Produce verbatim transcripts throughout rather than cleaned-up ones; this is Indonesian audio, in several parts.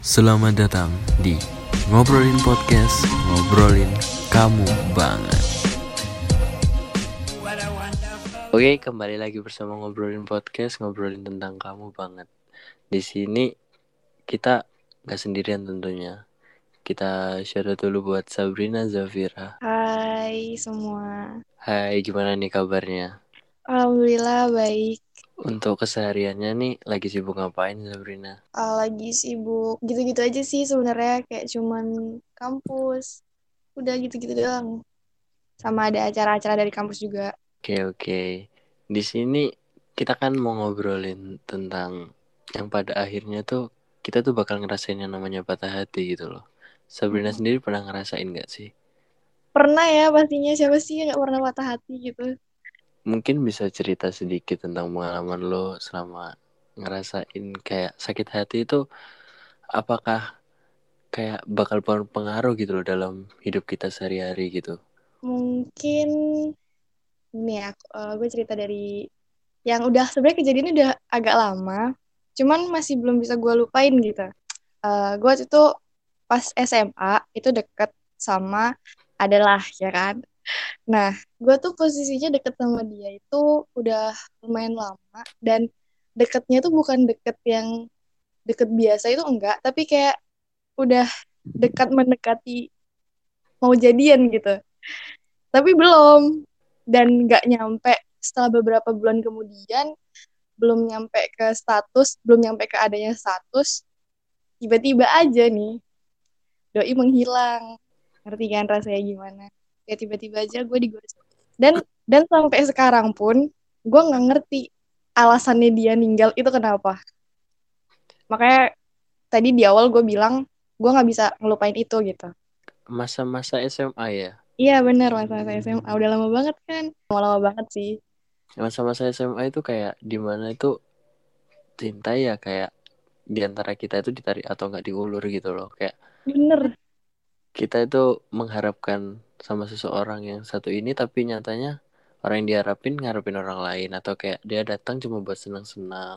Selamat datang di Ngobrolin Podcast, ngobrolin kamu banget. Oke, kembali lagi bersama Ngobrolin Podcast, ngobrolin tentang kamu banget. Di sini kita gak sendirian tentunya. Kita share dulu buat Sabrina Zafira. Hai semua. Hai, gimana nih kabarnya? Alhamdulillah baik. Untuk kesehariannya nih lagi sibuk ngapain Sabrina? Ah, lagi sibuk gitu-gitu aja sih sebenarnya, kayak cuman kampus. Udah gitu-gitu doang. Sama ada acara-acara dari kampus juga. Oke oke. Di sini kita kan mau ngobrolin tentang yang pada akhirnya tuh kita tuh bakal ngerasain yang namanya patah hati gitu loh. Sabrina Mm-mm. sendiri pernah ngerasain gak sih? Pernah ya pastinya, siapa sih yang gak pernah patah hati gitu. Mungkin bisa cerita sedikit tentang pengalaman lo selama ngerasain kayak sakit hati itu, apakah kayak bakal berpengaruh gitu loh dalam hidup kita sehari-hari gitu. Mungkin ini ya, eh, gue cerita dari yang udah sebenarnya kejadiannya udah agak lama. Cuman masih belum bisa gue lupain gitu. Eh, gue waktu itu pas S M A itu deket sama adalah ya kan. Nah, gue tuh posisinya deket sama dia itu udah lumayan lama, dan deketnya tuh bukan deket yang deket biasa itu enggak, tapi kayak udah dekat mendekati mau jadian gitu. Tapi belum, dan nggak nyampe setelah beberapa bulan kemudian, belum nyampe ke status, belum nyampe ke adanya status, tiba-tiba aja nih doi menghilang. Ngerti kan rasanya gimana? Ya tiba-tiba aja gue di ghosting. Dan dan sampai sekarang pun gue nggak ngerti alasannya dia ninggal itu kenapa. Makanya tadi di awal gue bilang gue nggak bisa ngelupain itu gitu. Masa-masa S M A ya? Iya bener, masa-masa S M A udah lama banget kan. Lama-lama banget sih. Masa-masa S M A itu kayak dimana itu cinta ya kayak di antara kita itu ditarik atau nggak diulur gitu loh, kayak Bener. kita itu mengharapkan sama seseorang yang satu ini tapi nyatanya orang yang diharapin ngarepin orang lain, atau kayak dia datang cuma buat senang-senang.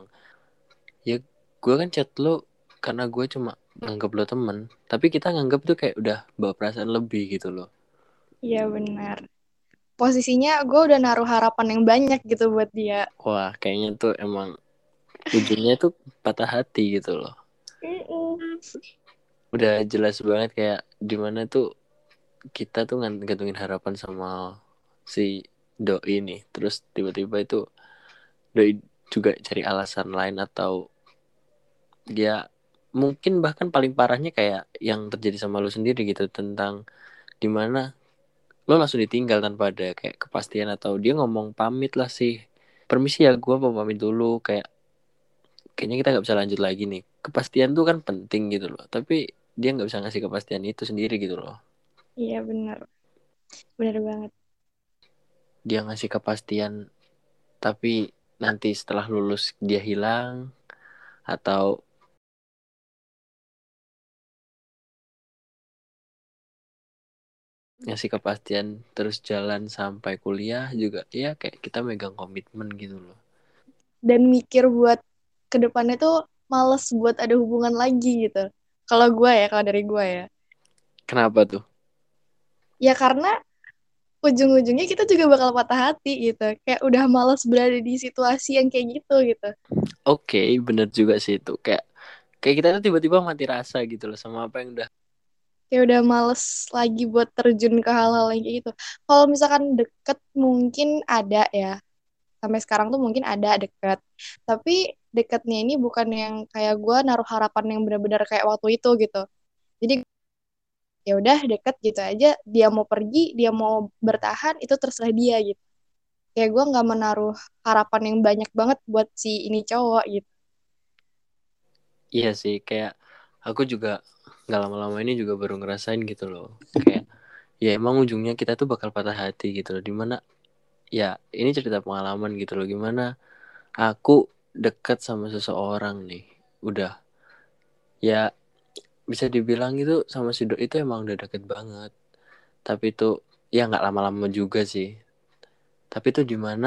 Ya gue kan chat lo karena gue cuma nganggap lo temen, tapi kita nganggap tuh kayak udah bawa perasaan lebih gitu loh. Iya benar. Posisinya gue udah naruh harapan yang banyak gitu buat dia. Wah, kayaknya tuh emang ujungnya tuh patah hati gitu loh. Mm-mm. Udah jelas banget kayak dimana tuh kita tuh ngantongin harapan sama si doi nih, terus tiba-tiba itu doi juga cari alasan lain, atau dia mungkin bahkan paling parahnya kayak yang terjadi sama lu sendiri gitu, tentang dimana lo langsung ditinggal tanpa ada kayak kepastian, atau dia ngomong pamit lah sih, permisi ya gue mau pamit dulu, kayak kayaknya kita nggak bisa lanjut lagi nih. Kepastian tuh kan penting gitu loh, tapi dia nggak bisa ngasih kepastian itu sendiri gitu loh. Iya benar. Benar banget. Dia ngasih kepastian tapi nanti setelah lulus dia hilang, atau ngasih kepastian terus jalan sampai kuliah juga ya kayak kita megang komitmen gitu loh. Dan mikir buat kedepannya tuh males buat ada hubungan lagi gitu. Kalau gue ya, kalau dari gue ya. Kenapa tuh? Ya karena ujung-ujungnya kita juga bakal patah hati gitu. Kayak udah males berada di situasi yang kayak gitu gitu. Oke, bener juga sih itu, kayak kayak kita tuh tiba-tiba mati rasa gitu loh sama apa yang udah. Kayak udah males lagi buat terjun ke hal-hal yang kayak gitu. Kalau misalkan deket mungkin ada ya. Sampai sekarang tuh mungkin ada deket. Tapi deketnya ini bukan yang kayak gue naruh harapan yang benar-benar kayak waktu itu gitu. Jadi ya udah deket gitu aja, dia mau pergi, dia mau bertahan, itu terserah dia gitu. Kayak gue nggak menaruh harapan yang banyak banget buat si ini cowok gitu. Iya sih, kayak aku juga nggak lama-lama ini juga baru ngerasain gitu loh, kayak ya emang ujungnya kita tuh bakal patah hati gitu loh, dimana ya ini cerita pengalaman gitu loh, gimana aku dekat sama seseorang nih, udah ya bisa dibilang itu sama si doi itu emang udah deket banget, tapi itu ya nggak lama-lama juga sih, tapi itu dimana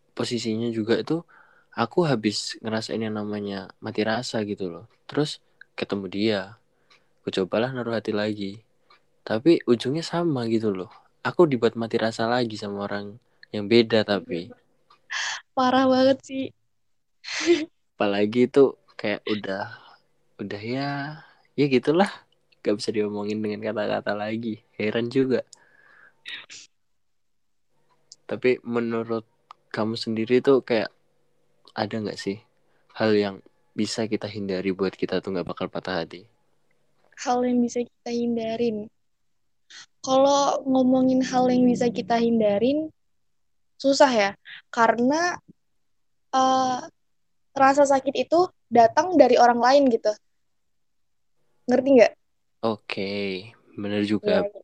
posisinya juga itu aku habis ngerasain yang namanya mati rasa gitu loh, terus ketemu dia, gue cobalah naruh hati lagi, tapi ujungnya sama gitu loh. Aku dibuat mati rasa lagi sama orang yang beda. Tapi Parah banget sih. apalagi itu kayak udah udah ya ya gitulah, gak bisa diomongin dengan kata-kata lagi. Heran juga. Tapi menurut kamu sendiri tuh kayak ada nggak sih hal yang bisa kita hindari buat kita tuh nggak bakal patah hati? Hal yang bisa kita hindarin. Kalau ngomongin hal yang bisa kita hindarin, susah ya. Karena uh, rasa sakit itu datang dari orang lain gitu. Ngerti nggak? Oke, bener juga. Ya.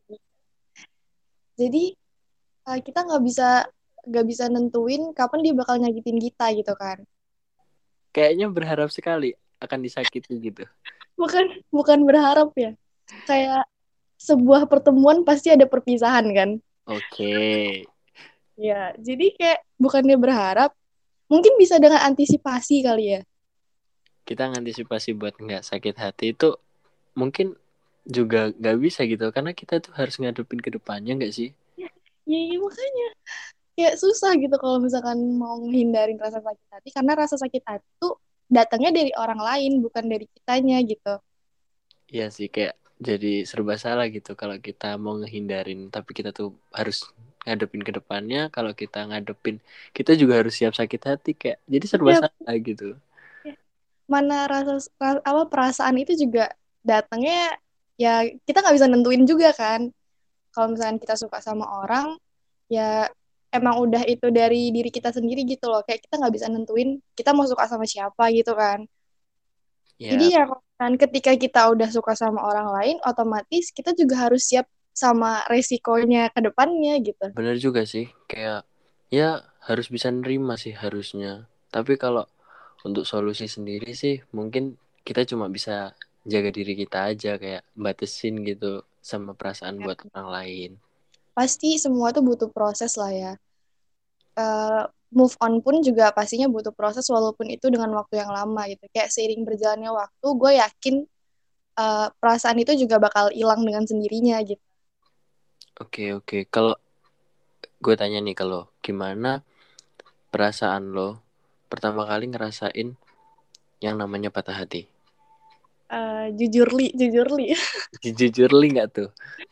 Jadi uh, kita nggak bisa nggak bisa nentuin kapan dia bakal nyakitin kita gitu kan. Kayaknya berharap sekali akan disakiti gitu. Bukan bukan berharap ya. Kayak sebuah pertemuan pasti ada perpisahan kan. Oke, Ya, jadi kayak bukannya berharap, mungkin bisa dengan antisipasi kali ya. kita ngantisipasi buat nggak sakit hati itu mungkin juga nggak bisa gitu, karena kita tuh harus ngadepin ke depannya nggak sih? Ya, ya, ya makanya kayak susah gitu kalau misalkan mau menghindarin rasa sakit hati karena rasa sakit hati tuh datangnya dari orang lain bukan dari kitanya gitu. Iya sih, kayak jadi serba salah gitu kalau kita mau ngehindarin, tapi kita tuh harus ngadepin ke depannya. Kalau kita ngadepin, kita juga harus siap sakit hati, kayak jadi serba Iya, salah gitu. mana rasa ra- apa perasaan itu juga datangnya ya kita nggak bisa nentuin juga kan. Kalau misalkan kita suka sama orang ya emang udah itu dari diri kita sendiri gitu loh. Kayak kita nggak bisa nentuin kita mau suka sama siapa gitu kan. Jadi Ya ya kan ketika kita udah suka sama orang lain, otomatis kita juga harus siap sama resikonya ke depannya gitu. bener juga sih, kayak ya harus bisa nerima sih harusnya. Tapi kalau untuk solusi sendiri sih mungkin kita cuma bisa jaga diri kita aja, kayak batasin gitu sama perasaan buat orang lain. Pasti semua tuh butuh proses lah ya. Eh, Move on pun juga pastinya butuh proses walaupun itu dengan waktu yang lama gitu. Kayak seiring berjalannya waktu, gue yakin eh, perasaan itu juga bakal hilang dengan sendirinya gitu. Oke oke, kalau gue tanya nih, kalau gimana perasaan lo pertama kali ngerasain yang namanya patah hati? Eh, jujur li, jujur li. Jujur li nggak tuh?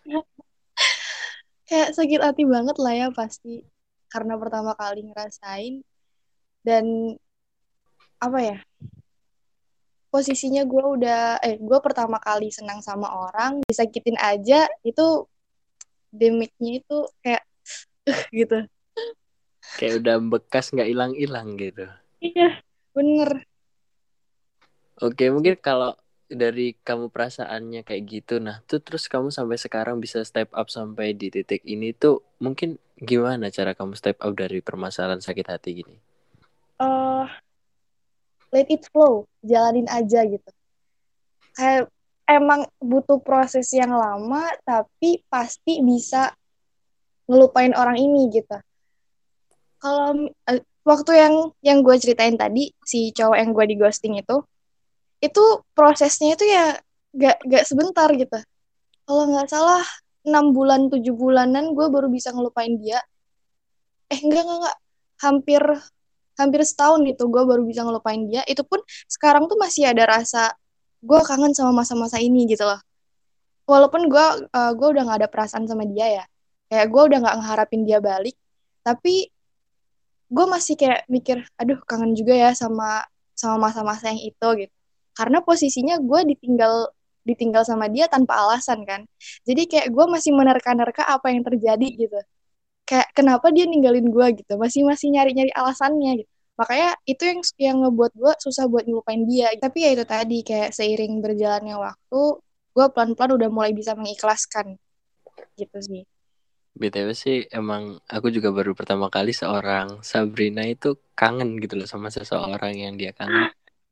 Kayak sakit hati banget lah ya pasti. Karena pertama kali ngerasain. Dan apa ya, posisinya gue udah eh gue pertama kali senang sama orang disakitin aja itu demiknya itu kayak gitu. Kayak udah bekas nggak hilang-hilang gitu. Iya bener Oke, mungkin kalau dari kamu perasaannya kayak gitu, nah tuh terus kamu sampai sekarang bisa step up sampai di titik ini tuh mungkin gimana cara kamu step up dari permasalahan sakit hati gini? uh, let it flow, jalanin aja gitu. Kayak emang butuh proses yang lama tapi pasti bisa ngelupain orang ini gitu. Kalau uh, waktu yang yang gue ceritain tadi si cowok yang gue di ghosting itu itu prosesnya itu ya gak gak sebentar gitu. Kalau nggak salah enam bulan tujuh bulanan gue baru bisa ngelupain dia. Eh enggak enggak enggak hampir hampir setahun gitu gue baru bisa ngelupain dia. Itu pun sekarang tuh masih ada rasa gue kangen sama masa-masa ini gitu loh. Walaupun gue uh, gue udah nggak ada perasaan sama dia ya, kayak gue udah nggak ngeharapin dia balik, tapi gue masih kayak mikir aduh kangen juga ya sama sama masa-masa yang itu gitu. Karena posisinya gue ditinggal ditinggal sama dia tanpa alasan kan, jadi kayak gue masih menerka-nerka apa yang terjadi gitu. Kayak kenapa dia ninggalin gue gitu, masih masih nyari-nyari alasannya gitu. Makanya itu yang yang ngebuat gue susah buat ngelupain dia. Tapi ya itu tadi kayak seiring berjalannya waktu gue pelan-pelan udah mulai bisa mengikhlaskan gitu sih. B T W sih emang aku juga baru pertama kali seorang Sabrina itu kangen gitu loh sama seseorang yang dia kangen.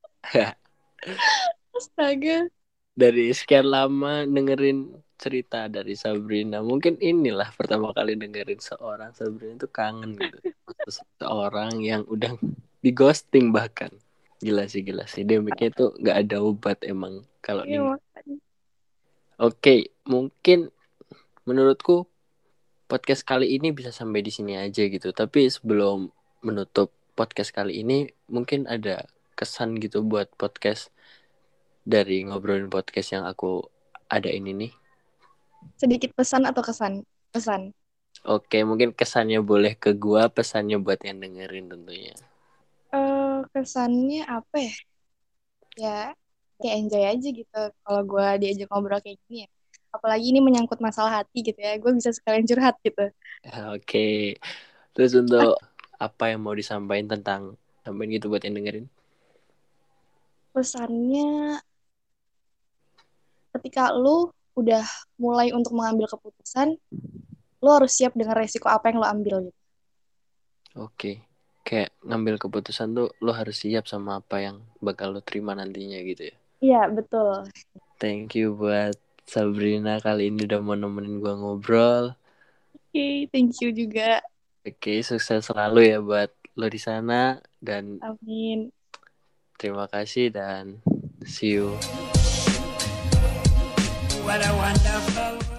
Astaga. Dari sekian lama dengerin cerita dari Sabrina, mungkin inilah pertama kali dengerin seorang Sabrina itu kangen gitu sama seseorang yang udah di ghosting bahkan. Gila sih, gila sih. Demiknya tuh nggak ada obat emang kalau Iya, nih. makanya. Oke, mungkin menurutku podcast kali ini bisa sampai di sini aja gitu. Tapi sebelum menutup podcast kali ini, mungkin ada kesan gitu buat podcast dari ngobrolin podcast yang aku ada ini nih. Sedikit pesan atau kesan? Pesan. Oke, mungkin kesannya boleh ke gua, pesannya buat yang dengerin tentunya. Eh, kesannya apa ya? Ya, kayak enjoy aja gitu. Kalau gue diajak ngobrol kayak gini ya. Apalagi ini menyangkut masalah hati gitu ya. Gue bisa sekalian curhat gitu. Oke, terus untuk apa yang mau disampaikan tentang sampein gitu buat yang dengerin? Pesannya ketika lu udah mulai untuk mengambil keputusan, lu harus siap dengan resiko apa yang lu ambil gitu. Oke, kayak ngambil keputusan tuh lo harus siap sama apa yang bakal lo terima nantinya gitu ya. Iya, betul. Thank you buat Sabrina kali ini udah mau nemenin gua ngobrol. Oke, okay, thank you juga. Oke, sukses selalu ya buat lo di sana dan Amin. terima kasih dan see you. What a wonderful